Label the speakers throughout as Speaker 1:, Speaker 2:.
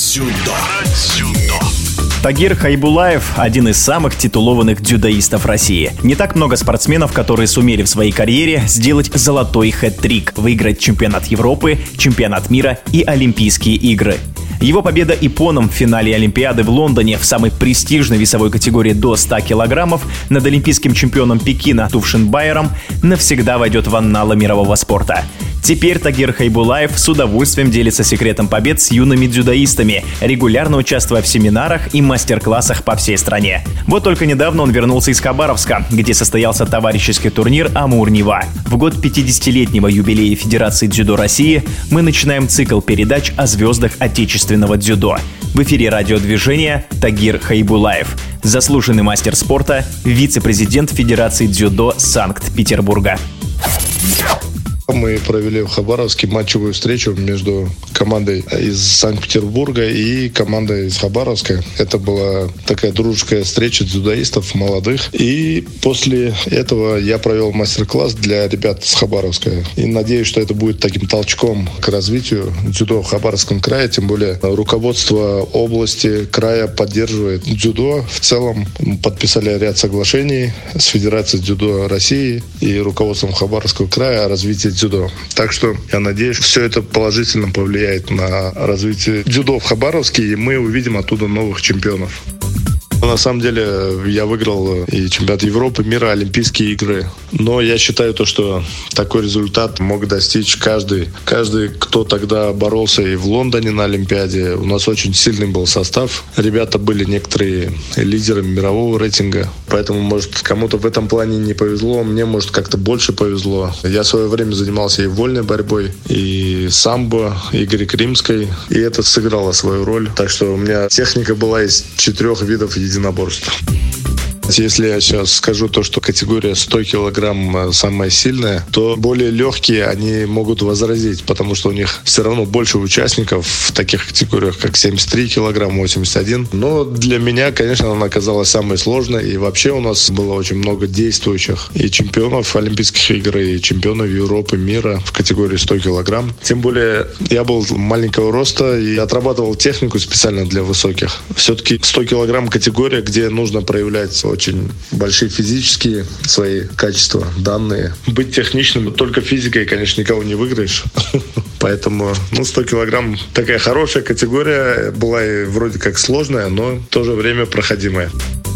Speaker 1: Тагир Хайбулаев – один из самых титулованных дзюдоистов России. Не так много спортсменов, которые сумели в своей карьере сделать золотой хэт-трик – выиграть чемпионат Европы, чемпионат мира и Олимпийские игры. Его победа иппоном в финале Олимпиады в Лондоне в самой престижной весовой категории до 100 килограммов над олимпийским чемпионом Пекина Тувшинбаером навсегда войдет в анналы мирового спорта. Теперь Тагир Хайбулаев с удовольствием делится секретом побед с юными дзюдоистами, регулярно участвуя в семинарах и мастер-классах по всей стране. Вот только недавно он вернулся из Хабаровска, где состоялся товарищеский турнир «Амур-Нева». В год 50-летнего юбилея Федерации дзюдо России мы начинаем цикл передач о звездах отечественного дзюдо. В эфире радиодвижения Тагир Хайбулаев, заслуженный мастер спорта, вице-президент Федерации дзюдо Санкт-Петербурга.
Speaker 2: Мы провели в Хабаровске матчевую встречу между командой из Санкт-Петербурга и командой из Хабаровска. Это была такая дружеская встреча дзюдоистов молодых. И после этого я провел мастер-класс для ребят с Хабаровска. И надеюсь, что это будет таким толчком к развитию дзюдо в Хабаровском крае. Тем более руководство области, края поддерживает дзюдо. В целом подписали ряд соглашений с Федерацией дзюдо России и руководством Хабаровского края о развитии дзюдо. Так что я надеюсь, все это положительно повлияет на развитие дзюдо в Хабаровске, и мы увидим оттуда новых чемпионов. На самом деле я выиграл и чемпионат Европы, мира, Олимпийские игры. Но я считаю, что такой результат мог достичь каждый. Каждый, кто тогда боролся и в Лондоне на Олимпиаде. У нас очень сильный был состав. Ребята были некоторые лидерами мирового рейтинга. Поэтому, может, кому-то в этом плане не повезло. Мне, может, как-то больше повезло. Я в свое время занимался и вольной борьбой, и самбо, и греко-римской. И это сыграло свою роль. Так что у меня техника была из 4 видов единоборств. Если я сейчас скажу что категория 100 килограмм самая сильная, то более легкие они могут возразить, потому что у них все равно больше участников в таких категориях, как 73 килограмма, 81. Но для меня, конечно, она оказалась самой сложной. И вообще у нас было очень много действующих и чемпионов Олимпийских игр, и чемпионов Европы, мира в категории 100 килограмм. Тем более я был маленького роста и отрабатывал технику специально для высоких. Все-таки 100 килограмм категория, где нужно проявлять очень большие физические свои качества, данные. Быть техничным только физикой, конечно, никого не выиграешь. Поэтому 100 килограмм такая хорошая категория, была и вроде как сложная, но в то же время проходимая.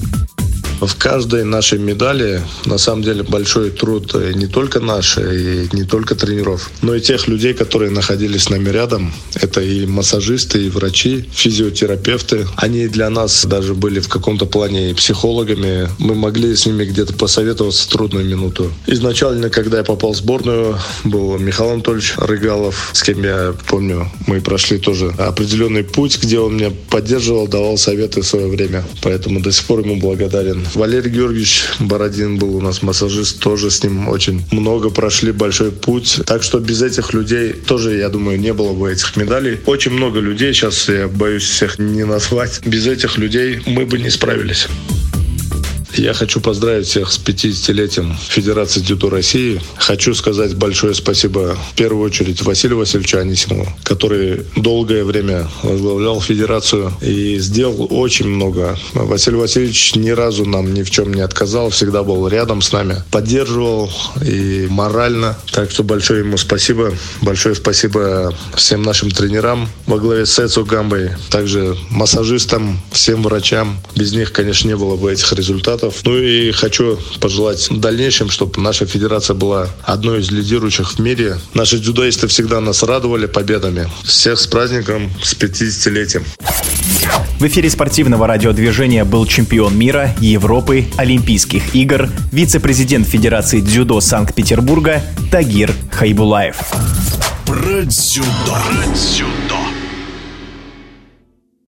Speaker 2: В каждой нашей медали, на самом деле, большой труд не только наш, и не только тренеров, но и тех людей, которые находились с нами рядом. Это и массажисты, и врачи, физиотерапевты. Они для нас даже были в каком-то плане и психологами. Мы могли с ними где-то посоветоваться в трудную минуту. Изначально, когда я попал в сборную, был Михаил Анатольевич Рыгалов, с кем я помню, мы прошли тоже определенный путь, где он меня поддерживал, давал советы в свое время. Поэтому до сих пор ему благодарен. Валерий Георгиевич Бородин был у нас массажист, тоже с ним очень много прошли, большой путь. Так что без этих людей тоже, я думаю, не было бы этих медалей. Очень много людей, сейчас я боюсь всех не назвать. Без этих людей мы бы не справились. Я хочу поздравить всех с 50-летием Федерации дзюдо России. Хочу сказать большое спасибо в первую очередь Василию Васильевичу Анисимову, который долгое время возглавлял Федерацию и сделал очень много. Василий Васильевич ни разу нам ни в чем не отказал, всегда был рядом с нами, поддерживал и морально. Так что большое ему спасибо. Большое спасибо всем нашим тренерам во главе с Эцу Гамбой, также массажистам, всем врачам. Без них, конечно, не было бы этих результатов. Ну и хочу пожелать в дальнейшем, чтобы наша федерация была одной из лидирующих в мире. Наши дзюдоисты всегда нас радовали победами. Всех с праздником, с 50-летием.
Speaker 1: В эфире спортивного радиодвижения был чемпион мира, Европы, Олимпийских игр, вице-президент Федерации дзюдо Санкт-Петербурга Тагир Хайбулаев.
Speaker 3: Про дзюдо.